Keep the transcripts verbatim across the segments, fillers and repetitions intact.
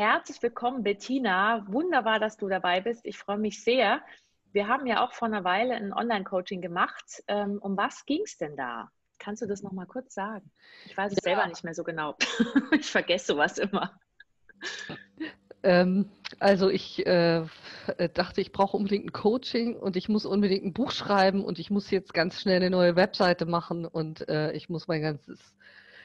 Herzlich willkommen, Bettina. Wunderbar, dass du dabei bist. Ich freue mich sehr. Wir haben ja auch vor einer Weile ein Online-Coaching gemacht. Ähm, um was ging es denn da? Kannst du das noch mal kurz sagen? Ich weiß es selber Ja, nicht mehr so genau. Ich vergesse sowas immer. ähm, also ich äh, dachte, ich brauche unbedingt ein Coaching und ich muss unbedingt ein Buch schreiben und ich muss jetzt ganz schnell eine neue Webseite machen und äh, ich muss mein ganzes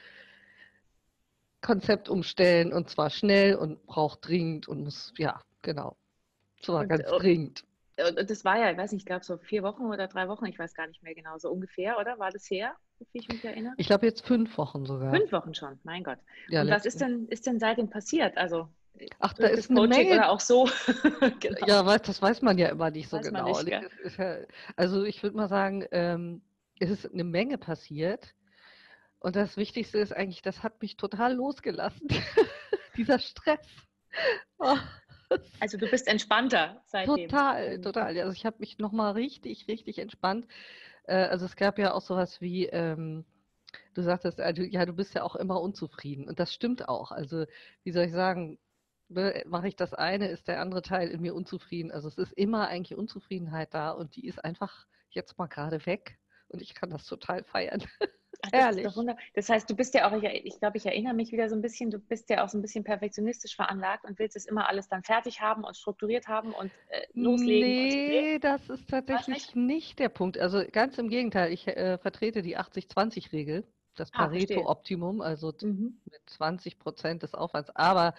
Konzept umstellen und zwar schnell und brauche dringend und muss, ja, genau, zwar Und, ganz dringend. und das war ja, ich weiß nicht, ich glaube so vier Wochen oder drei Wochen, ich weiß gar nicht mehr genau, so ungefähr, oder? War das her, wie ich mich erinnere? Ich glaube jetzt fünf Wochen sogar. Fünf Wochen schon, mein Gott. Ja, Und was ist letzte. denn, ist denn seitdem passiert? Also Ach, da durch das ist eine Coaching Menge. oder auch so? Genau, Ja, weiß, das weiß man ja immer nicht so weiß man genau. nicht, Ne? gell? Es ist ja, also ich würde mal sagen, ähm, es ist eine Menge passiert. Und das Wichtigste ist eigentlich, das hat mich total losgelassen, dieser Stress. Oh, Also du bist entspannter seitdem. total, Irgendwie. total. Also ich habe mich nochmal richtig, richtig entspannt. Äh, also es gab ja auch sowas wie, ähm, du sagtest, also, ja, du bist ja auch immer unzufrieden. Und das stimmt auch. Also wie soll ich sagen, ne, mache ich das eine, ist der andere Teil in mir unzufrieden. Also es ist immer eigentlich Unzufriedenheit da und die ist einfach jetzt mal gerade weg. Und ich kann das total feiern. Ach, das ist doch Herrlich. wunderbar. Das heißt, du bist ja auch, ich, ich glaube, ich erinnere mich wieder so ein bisschen, du bist ja auch so ein bisschen perfektionistisch veranlagt und willst es immer alles dann fertig haben und strukturiert haben und äh, loslegen und so. Nee, Nee, das ist was nicht? tatsächlich nicht der Punkt. Also ganz im Gegenteil, ich äh, vertrete die achtzig zwanzig Regel, das Ah, verstehe. Pareto-Optimum, also t- Mhm. mit zwanzig Prozent des Aufwands. Aber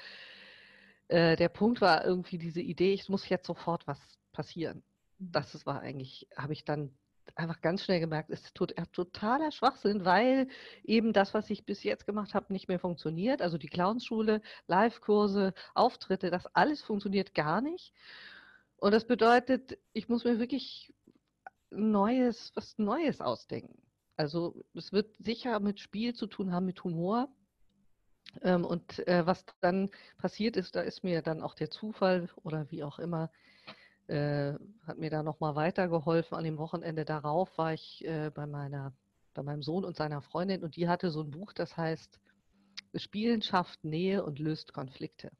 äh, der Punkt war irgendwie diese Idee, es muss jetzt sofort was passieren. Mhm. Das ist- war eigentlich, habe ich dann einfach ganz schnell gemerkt, ist tot, äh, totaler Schwachsinn, weil eben das, was ich bis jetzt gemacht habe, nicht mehr funktioniert. Also die Clownsschule, Live-Kurse, Auftritte, das alles funktioniert gar nicht. Und das bedeutet, ich muss mir wirklich Neues, was Neues ausdenken. Also es wird sicher mit Spiel zu tun haben, mit Humor. Ähm, und äh, was dann passiert ist, da ist mir dann auch der Zufall oder wie auch immer, äh, hat mir da nochmal weitergeholfen. An dem Wochenende darauf war ich äh, bei meiner, bei meinem Sohn und seiner Freundin und die hatte so ein Buch, das heißt, Spielen schafft Nähe und löst Konflikte.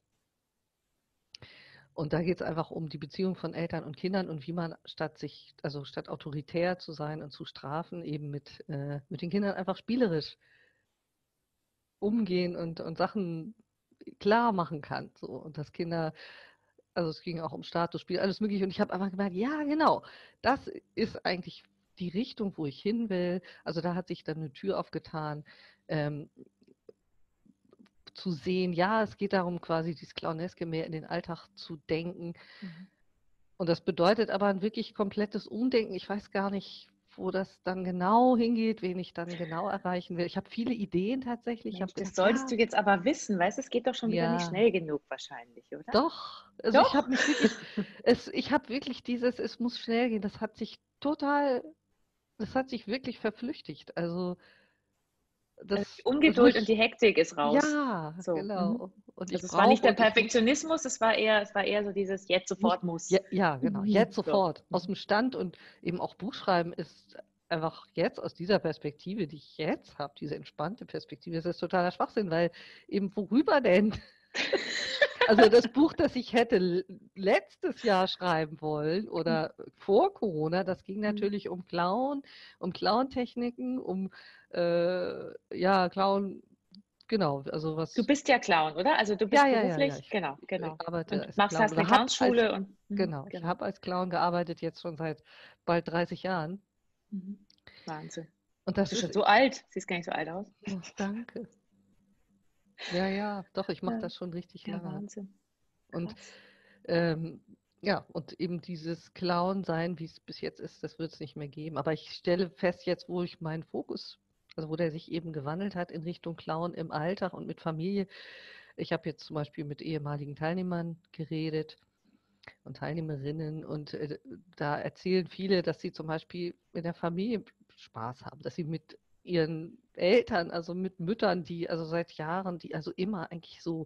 Und da geht es einfach um die Beziehung von Eltern und Kindern und wie man statt sich, also statt autoritär zu sein und zu strafen, eben mit, äh, mit den Kindern einfach spielerisch umgehen und, und Sachen klar machen kann. So. Und dass Kinder, also es ging auch um Statusspiel, alles mögliche. Und ich habe einfach gemerkt, ja, genau, das ist eigentlich die Richtung, wo ich hin will. Also da hat sich dann eine Tür aufgetan. Ähm, zu sehen, ja, es geht darum, quasi dieses Clowneske mehr in den Alltag zu denken. Mhm. Und das bedeutet aber ein wirklich komplettes Umdenken. Ich weiß gar nicht, wo das dann genau hingeht, wen ich dann genau erreichen will. Ich habe viele Ideen tatsächlich. Ich habe Mensch, das gedacht, solltest ja, du jetzt aber wissen, weißt du, es geht doch schon wieder nicht ja, schnell genug wahrscheinlich, oder? doch. Also ich Doch. habe mich wirklich, es, ich habe wirklich dieses, es muss schnell gehen. Das hat sich total, das hat sich wirklich verflüchtigt. Also Also die das, also Ungeduld und ich, die Hektik ist raus. ja, So. Mhm. genau. Und ich Also es war brauche nicht der und ich muss. Perfektionismus, es war eher, es war eher so dieses jetzt Nicht, sofort muss. ja, ja, genau, jetzt Mhm. So. sofort aus Mhm. dem Stand und eben auch Buchschreiben ist einfach jetzt aus dieser Perspektive, die ich jetzt habe, diese entspannte Perspektive, das ist totaler Schwachsinn, weil eben worüber denn? Also das Buch, das ich hätte l- letztes Jahr schreiben wollen oder vor Corona, das ging Mhm. natürlich um Clown, um Clown-Techniken, um äh, ja, Clown, genau, also Du was, bist ja Clown, oder? Also du ja, bist ja, ja, ja, beruflich, ich, genau, ich genau. arbeite Und als machst, Clown hast eine oder habe als Clownschule und mhm. Genau, ich Genau. habe als Clown gearbeitet, jetzt schon seit bald dreißig Jahren. Mhm. Wahnsinn. Und Bist das du schon ist, so alt? Siehst gar nicht so alt aus. oh, danke. Ja, ja, doch, ich mache Ja, das schon richtig ja, lange. Wahnsinn. Und Krass. ähm, ja, und eben dieses Clown-Sein, wie es bis jetzt ist, das wird es nicht mehr geben. Aber ich stelle fest, jetzt, wo ich meinen Fokus, also wo der sich eben gewandelt hat in Richtung Clown im Alltag und mit Familie. Ich habe jetzt zum Beispiel mit ehemaligen Teilnehmern geredet und Teilnehmerinnen und äh, da erzählen viele, dass sie zum Beispiel in der Familie Spaß haben, dass sie mit ihren Eltern, also mit Müttern, die also seit Jahren, die also immer eigentlich so,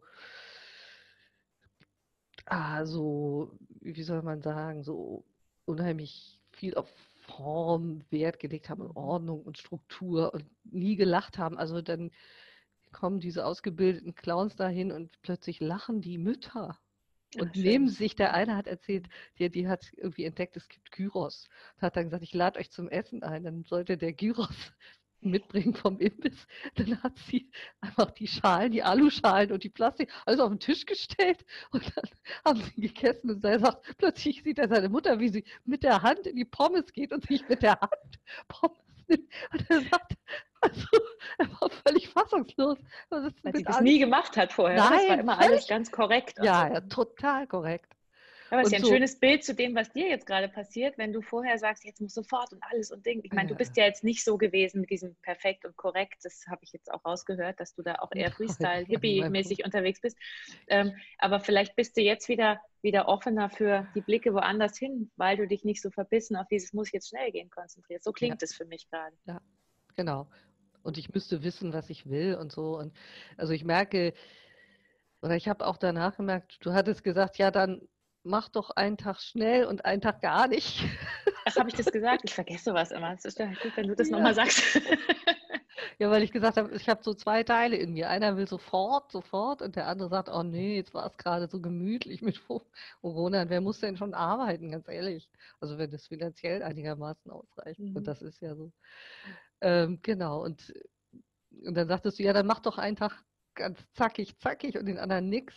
ah, so, wie soll man sagen, so unheimlich viel auf Form Wert gelegt haben und Mhm. Ordnung und Struktur und nie gelacht haben. Also dann kommen diese ausgebildeten Clowns dahin und plötzlich lachen die Mütter. Und Ach, neben schön. sich, der eine hat erzählt, die, die hat irgendwie entdeckt, es gibt Gyros. Und hat dann gesagt, ich lade euch zum Essen ein. Dann sollte der Gyros mitbringen vom Imbiss. Dann hat sie einfach die Schalen, die Aluschalen und die Plastik, alles auf den Tisch gestellt. Und dann haben sie gegessen und er sagt, plötzlich sieht er seine Mutter, wie sie mit der Hand in die Pommes geht und sich mit der Hand Pommes nimmt. Und er sagt, also, er war völlig fassungslos. Was ist denn Weil sie mit das nie alles? gemacht hat vorher, oder? Es war Nein, immer alles völlig. ganz korrekt und Ja, so. ja, total korrekt. Aber es ist ja Und ein so, schönes Bild zu dem, was dir jetzt gerade passiert, wenn du vorher sagst, jetzt muss sofort und alles und Ding. Ich meine, du bist äh, ja jetzt nicht so gewesen mit diesem perfekt und korrekt. Das habe ich jetzt auch rausgehört, dass du da auch eher Freestyle, an meinem Punkt. Hippie-mäßig unterwegs bist. Ähm, aber vielleicht bist du jetzt wieder, wieder offener für die Blicke woanders hin, weil du dich nicht so verbissen auf dieses muss jetzt schnell gehen konzentrierst. So Ja, klingt es für mich gerade. ja, genau. Und ich müsste wissen, was ich will und so. Und also ich merke, oder ich habe auch danach gemerkt, du hattest gesagt, ja, dann mach doch einen Tag schnell und einen Tag gar nicht. Ach, habe ich das gesagt? Ich vergesse sowas immer. Es ist ja gut, wenn du das nochmal Ja. sagst. Ja, weil ich gesagt habe, ich habe so zwei Teile in mir. Einer will sofort, sofort und der andere sagt, oh nee, jetzt war es gerade so gemütlich mit Corona. Und wer muss denn schon arbeiten, ganz ehrlich? Also wenn es finanziell einigermaßen ausreicht. Und Mhm. das ist ja so. Ähm, genau. Und, und dann sagtest du, ja, dann mach doch einen Tag ganz zackig, zackig und den anderen nix.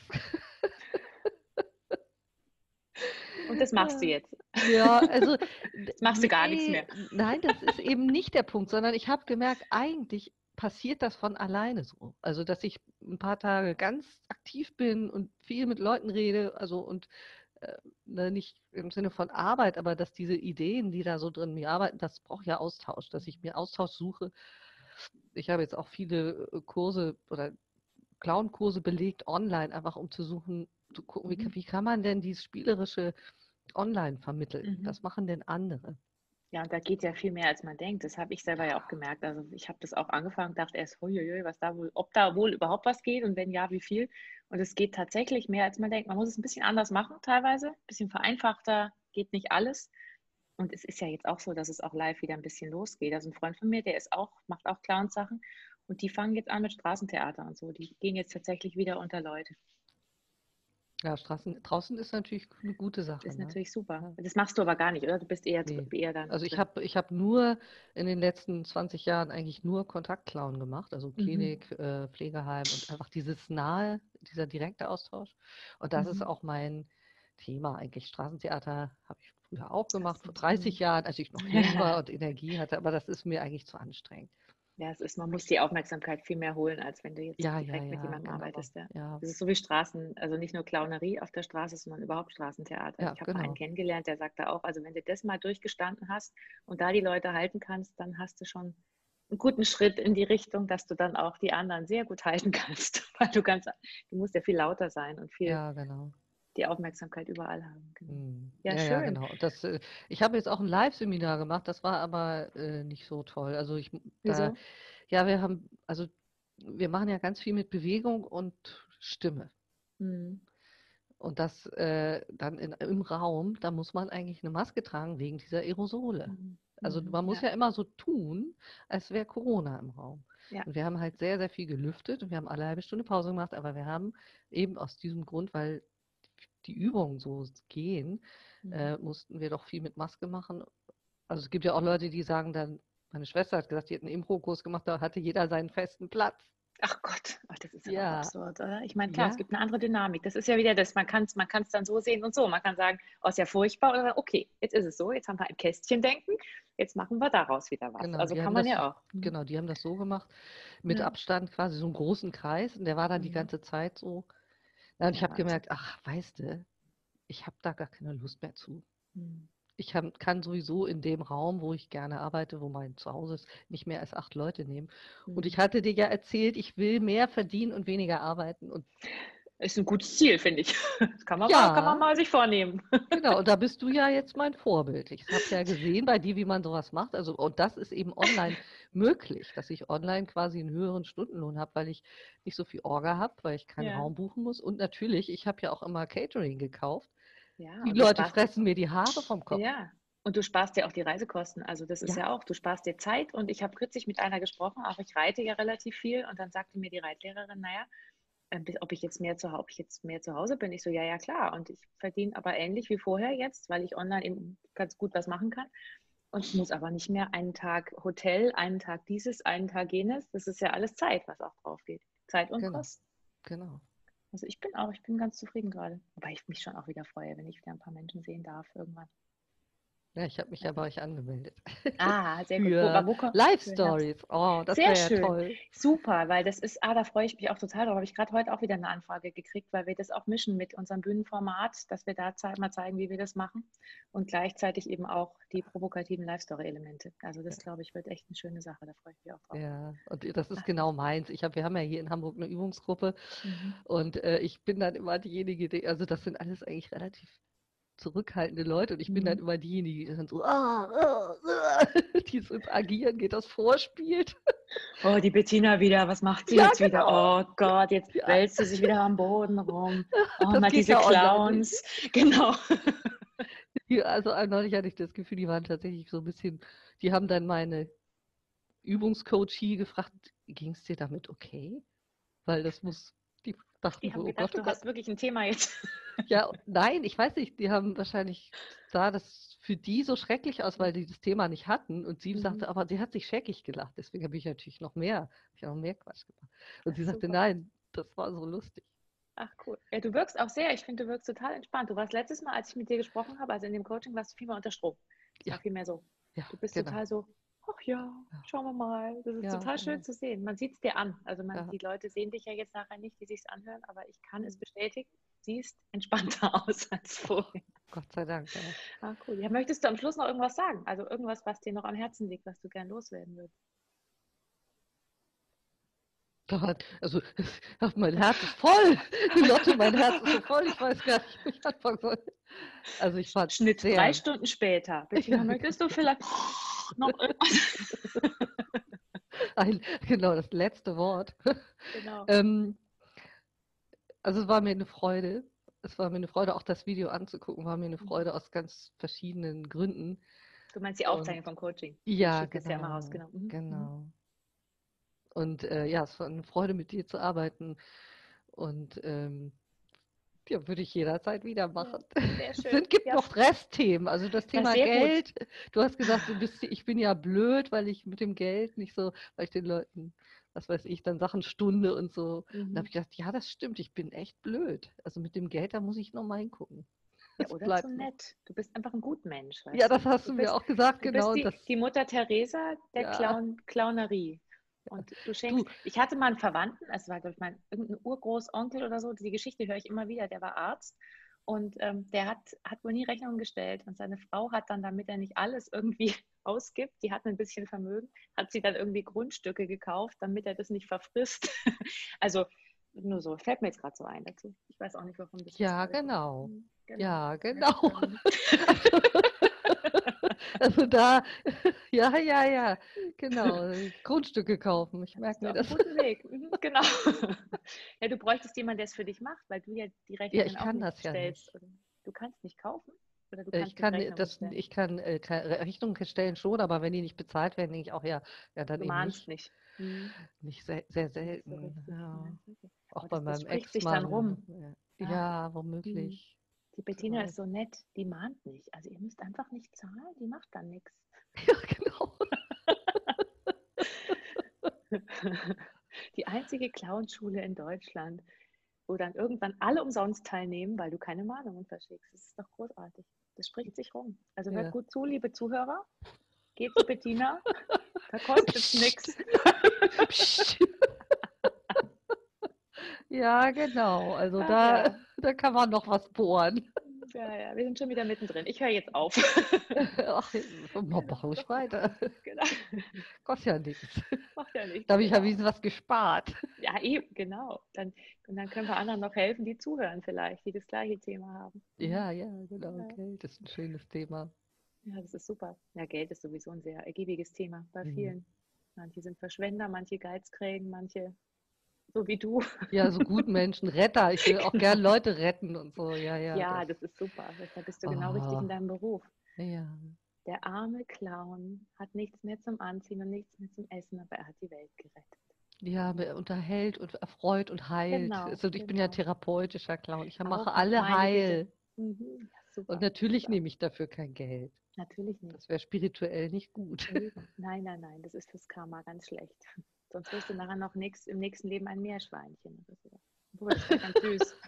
Und das machst du jetzt. Ja, also Jetzt machst du gar nichts nee, mehr. nein, das ist eben nicht der Punkt, sondern ich habe gemerkt, eigentlich passiert das von alleine so. Also, dass ich ein paar Tage ganz aktiv bin und viel mit Leuten rede, also und äh, ne, nicht im Sinne von Arbeit, aber dass diese Ideen, die da so drin mir arbeiten, das braucht ja Austausch, dass ich mir Austausch suche. Ich habe jetzt auch viele äh, Kurse oder Clown-Kurse belegt online, einfach um zu suchen, zu gucken, wie, Mhm. kann- wie kann man denn dieses Spielerische online vermitteln? Mhm. Was machen denn andere? Ja, und da geht ja viel mehr, als man denkt. Das habe ich selber ja auch gemerkt. Also ich habe das auch angefangen, dachte erst, huiuiui, was da wohl, ob da wohl überhaupt was geht und wenn ja, wie viel. Und es geht tatsächlich mehr, als man denkt. Man muss es ein bisschen anders machen teilweise, ein bisschen vereinfachter, geht nicht alles. Und es ist ja jetzt auch so, dass es auch live wieder ein bisschen losgeht. Also ein Freund von mir, der ist auch, macht auch Clown-Sachen und die fangen jetzt an mit Straßentheater und so. Die gehen jetzt tatsächlich wieder unter Leute. Ja, Straßen, draußen ist natürlich eine gute Das Sache, ist ne? natürlich super. Ja, Das machst du aber gar nicht, oder? Du bist eher, nee. eher dann Also ich drin. habe ich hab nur in den letzten zwanzig Jahren eigentlich nur Kontaktclown gemacht, also Mhm. Klinik, äh, Pflegeheim und einfach dieses nahe, dieser direkte Austausch. Und das ist Mhm. auch mein Thema eigentlich. Straßentheater habe ich früher auch gemacht, Das vor sind, dreißig mhm. Jahren, als ich noch jung war und Energie hatte, aber das ist mir eigentlich zu anstrengend. Ja, es ist, man muss die Aufmerksamkeit viel mehr holen, als wenn du jetzt Ja, ja, direkt mit ja, jemandem genau. arbeitest. Ja. Ja, Das ist so wie Straßen, also nicht nur Clownerie auf der Straße, sondern überhaupt Straßentheater. ja, Ich habe mal einen genau. kennengelernt, der sagte auch, also wenn du das mal durchgestanden hast und da die Leute halten kannst, dann hast du schon einen guten Schritt in die Richtung, dass du dann auch die anderen sehr gut halten kannst, weil du ganz, du musst ja viel lauter sein und viel Ja, genau. die Aufmerksamkeit überall haben. Genau. Hm. Ja, Ja, ja, schön. genau. Und das, äh, ich habe jetzt auch ein Live-Seminar gemacht, das war aber äh, nicht so toll. Also ich da, Wieso? ja, wir haben, also wir machen ja ganz viel mit Bewegung und Stimme. Hm. Und das äh, dann in, im Raum, da muss man eigentlich eine Maske tragen wegen dieser Aerosole. Mhm. Also Mhm. man muss Ja, ja immer so tun, als wäre Corona im Raum. ja. Und wir haben halt sehr, sehr viel gelüftet und wir haben alle halbe Stunde Pause gemacht, aber wir haben eben aus diesem Grund, weil die Übungen so gehen, Mhm. äh, mussten wir doch viel mit Maske machen. Also es gibt ja auch Leute, die sagen dann, meine Schwester hat gesagt, die hat einen Impro-Kurs gemacht, da hatte jeder seinen festen Platz. Ach Gott, ach, das ist aber auch Ja, absurd, oder? Ich meine, klar, es ja, gibt eine andere Dynamik. Das ist ja wieder das, man kann es man kann's dann so sehen und so. Man kann sagen, oh, ist ja furchtbar, oder okay, jetzt ist es so, jetzt haben wir ein Kästchen denken, jetzt machen wir daraus wieder was. genau, Also die kann haben man das, ja auch. Mhm. genau, die haben das so gemacht, mit Ja. Abstand quasi so einen großen Kreis und der war dann die Mhm. ganze Zeit so. Ja, und ich Ja, habe Wahnsinn. gemerkt, ach, weißt du, ich habe da gar keine Lust mehr zu. Mhm. Ich hab, kann sowieso in dem Raum, wo ich gerne arbeite, wo mein Zuhause ist, nicht mehr als acht Leute nehmen. Und Mhm. ich hatte dir ja erzählt, ich will mehr verdienen und weniger arbeiten. Und Ist ein gutes Ziel, finde ich. Das kann man mal, kann man ja, mal sich vornehmen. genau, und da bist du ja jetzt mein Vorbild. Ich habe ja gesehen bei dir, wie man sowas macht. Also, und das ist eben online möglich, dass ich online quasi einen höheren Stundenlohn habe, weil ich nicht so viel Orga habe, weil ich keinen Ja. Raum buchen muss. Und natürlich, ich habe ja auch immer Catering gekauft. Ja, Die und das Leute war's. fressen mir die Haare vom Kopf. Ja. Und du sparst dir auch die Reisekosten. Also das ist Ja, ja auch, du sparst dir Zeit. Und ich habe kürzlich mit einer gesprochen, auch ich reite ja relativ viel. Und dann sagte mir die Reitlehrerin, naja, äh, ob ich jetzt mehr zu, ob ich jetzt mehr zu Hause bin. Ich so, ja, ja, klar. Und ich verdiene aber ähnlich wie vorher jetzt, weil ich online eben ganz gut was machen kann. Und ich muss aber nicht mehr einen Tag Hotel, einen Tag dieses, einen Tag jenes. Das ist ja alles Zeit, was auch drauf geht. Zeit und genau, Kosten. genau. Also ich bin auch, ich bin ganz zufrieden gerade. Wobei ich mich schon auch wieder freue, wenn ich wieder ein paar Menschen sehen darf irgendwann. Ja, ich habe mich ja Also, bei euch angemeldet. ah, sehr gut. Wo, Für wo, ko- Live für Herbst. Stories. Oh, das Sehr wäre ja schön. toll. Super, weil das ist, ah, da freue ich mich auch total drauf. Habe ich gerade heute auch wieder eine Anfrage gekriegt, weil wir das auch mischen mit unserem Bühnenformat, dass wir da zei- mal zeigen, wie wir das machen und gleichzeitig eben auch die provokativen Live-Story-Elemente. Also das, glaube ich, wird echt eine schöne Sache. Da freue ich mich auch drauf. Ja, und das ist Ach, genau meins. Ich hab, wir haben ja hier in Hamburg eine Übungsgruppe mhm. und äh, ich bin dann immer diejenige, die, also das sind alles eigentlich relativ zurückhaltende Leute und ich bin dann Mhm. immer diejenige, die dann so, ah, ah, ah, die so ins Agieren geht, das vorspielt. Oh, die Bettina wieder, was macht sie Ja, jetzt wieder? genau. Oh Gott, jetzt Ja, wälzt sie sich wieder am Boden rum. Oh, das mal geht diese ja online nicht. Clowns. Genau. Die, also äh, neulich hatte ich das Gefühl, die waren tatsächlich so ein bisschen, die haben dann meine Übungscoachie gefragt, ging es dir damit okay? Weil das muss, die Die dachten haben so, oh gedacht, Gott, oh du Gott. hast wirklich ein Thema jetzt. Ja, nein, ich weiß nicht, die haben wahrscheinlich, sah das für die so schrecklich aus, weil die das Thema nicht hatten und sie Mhm. sagte, aber sie hat sich scheckig gelacht, deswegen habe ich natürlich noch mehr, habe ich noch mehr Quatsch gemacht. Und Das sie ist sagte, super. nein, das war so lustig. Ach cool. Ja, du wirkst auch sehr, ich finde, du wirkst total entspannt. Du warst letztes Mal, als ich mit dir gesprochen habe, also in dem Coaching, warst du viel mehr unter Strom. Es war Ja, viel mehr so. ja, Du bist genau. total so, ach ja, Ja, schauen wir mal. Das ist ja, total schön genau. zu sehen. Man sieht es dir an. Also man, Ja. die Leute sehen dich ja jetzt nachher nicht, die sich es anhören, aber ich kann es bestätigen. Siehst entspannter aus als vorher. Gott sei Dank, ja. Ah, cool. Ja, möchtest du am Schluss noch irgendwas sagen? Also irgendwas, was dir noch am Herzen liegt, was du gern loswerden würdest? Gott, also mein Herz ist voll. Lotte, mein Herz ist so voll, ich weiß gar nicht, wo ich anfangen soll. Also ich fand es Schnitt drei sehr, Stunden später. ja, Bettina, möchtest du vielleicht noch irgendwas? ein, genau, das letzte Wort. Genau. Ähm, also es war mir eine Freude. Es war mir eine Freude, auch das Video anzugucken, war mir eine Mhm. Freude aus ganz verschiedenen Gründen. Du meinst die Und Aufzeichnung vom Coaching. Die ja, schickt es ja immer raus, genau, genau. Mhm. Mhm. genau. Und äh, ja, es war eine Freude, mit dir zu arbeiten. Und ähm, ja, würde ich jederzeit wieder Ja, machen. sehr Es schön. sind, gibt Ja, noch Restthemen. Also das na, Thema sehr gut. Geld. Du hast gesagt, du bist, ich bin ja blöd, weil ich mit dem Geld nicht so, weil ich den Leuten, was weiß ich, dann Sachen stunde und so. Und da habe Mhm. ich gedacht, ja, das stimmt, ich bin echt blöd. Also mit dem Geld, da muss ich noch mal hingucken. Ja, Es oder zu bleibt noch. nett. Du bist einfach ein Gutmensch, Ja, weißt das du? hast Du du mir bist, auch gesagt, du bist genau. die, Das, die Mutter Teresa der ja, Clown, Clownerie. ja. Und du Du, schenkst, ich hatte mal einen Verwandten, es war, glaube ich, mein irgendein Urgroßonkel oder so, die Geschichte höre ich immer wieder, der war Arzt und ähm, der hat, hat wohl nie Rechnungen gestellt. Und seine Frau hat dann, damit er nicht alles irgendwie ausgibt, die hat ein bisschen Vermögen, hat sie dann irgendwie Grundstücke gekauft, damit er das nicht verfrisst. Also nur so, fällt mir jetzt gerade so ein dazu. Ich weiß auch nicht, warum das jetzt ja, gerade kommt. genau. Hm, genau. Ja, Ja, genau. ähm. Also da, ja, ja, ja, genau. Grundstücke kaufen. Ich Bist merke du mir auf einem das. guten Weg. Mhm, genau. Ja, du bräuchtest jemanden, der es für dich macht, weil du ja die Ja, ich Rechnungen auch kann nicht das ja nicht. stellst. Oder du kannst nicht kaufen oder du Äh, Ich kannst nicht kann äh, Rechnungen das, stellen. ich kann äh, ke- Rechnungen stellen schon, aber wenn die nicht bezahlt werden, denke ich auch, ja, ja, dann Du eben mahnst nicht. nicht. Mhm. Nicht sehr, sehr Nicht so selten. richtig. Ja, Ja. ist richtig. Auch Aber bei das, das meinem spricht sich dann Ex-Mann. rum. Ja, Ja. ja, Mhm. womöglich. Die Wer Bettina ist weiß. so nett, die mahnt nicht. Also ihr müsst einfach nicht zahlen, die macht dann nichts. Ja, genau. Die einzige Clownschule in Deutschland, wo dann irgendwann alle umsonst teilnehmen, weil du keine Mahnungen verschickst. Das ist doch großartig. Das spricht sich rum. Also hört Ja. gut zu, liebe Zuhörer. Geht zu Bettina. Da kostet es Psst. nichts. Psst. Ja, genau. Also Ach da, ja. da kann man noch was bohren. Ja, ja, wir sind schon wieder mittendrin. Ich höre jetzt auf. Ach, mach Genau, ruhig doch gut. weiter. Genau. Kostet ja nichts. Macht ja Da nichts, habe ich ja genau. wenigstens was gespart. Ja, eben, genau. Dann, und dann können wir anderen noch helfen, die zuhören vielleicht, die das gleiche Thema haben. Mhm. Ja, ja, genau, Ja. okay. Das ist ein schönes Thema. Ja, das ist super. Ja, Geld ist sowieso ein sehr ergiebiges Thema bei Mhm. vielen. Manche sind Verschwender, manche Geizkrägen, manche so wie du. Ja, so Gutmenschen, Retter. Ich will auch gern Genau. Leute retten und so. Ja, ja, das. Ja, das ist super. Da bist du genau richtig Oh, in deinem Beruf. ja. Der arme Clown hat nichts mehr zum Anziehen und nichts mehr zum Essen, aber er hat die Welt gerettet. Ja, mir unterhält und erfreut und heilt. Genau, Also ich bin ja genau. therapeutischer Clown. Ich mache Auch noch, alle meine Güte. heil. Mhm. Ja, Und super, natürlich super. nehme ich dafür kein Geld. Natürlich nicht. Das wäre spirituell nicht gut. Eben. Nein, nein, nein, das ist fürs Karma ganz schlecht. Sonst wirst du nachher noch nix, im nächsten Leben ein Meerschweinchen oder so. Obwohl, das wäre ganz süß.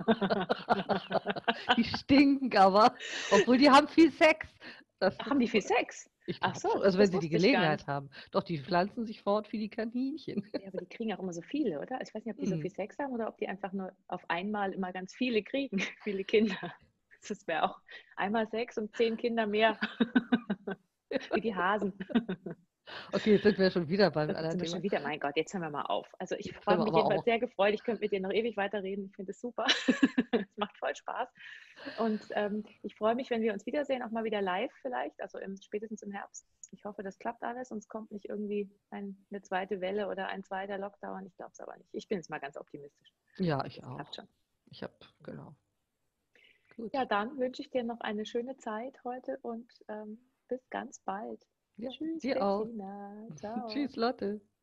Die stinken aber, obwohl die haben viel Sex. Das Haben die viel ist, Sex? ich Ach glaube so, schon, also wenn das sie die wusste ich gar Gelegenheit nicht. haben. Doch, die pflanzen sich fort wie die Kaninchen. Ja, aber die kriegen auch immer so viele, oder? Ich weiß nicht, ob die so Hm. viel Sex haben oder ob die einfach nur auf einmal immer ganz viele kriegen, viele Kinder. Das wäre auch einmal Sex und zehn Kinder mehr, wie die Hasen. Okay, jetzt sind wir schon wieder beim Jetzt anderen sind wir Thema. schon wieder, mein Gott, jetzt hören wir mal auf. Also ich Jetzt freue hören wir mich aber jedenfalls auch. sehr gefreut. Ich könnte mit dir noch ewig weiterreden. Ich finde es super. Es macht voll Spaß. Und ähm, ich freue mich, wenn wir uns wiedersehen, auch mal wieder live vielleicht, also im, spätestens im Herbst. Ich hoffe, das klappt alles und es kommt nicht irgendwie ein, eine zweite Welle oder ein zweiter Lockdown. Ich glaube es aber nicht. Ich bin jetzt mal ganz optimistisch. Ja, ich Das auch. klappt schon. Ich habe, genau. Ja, Gut. dann wünsche ich dir noch eine schöne Zeit heute und ähm, bis ganz bald. Ja, Tschüss, dir auch. Bettina. Ciao. Tschüss, Lotte.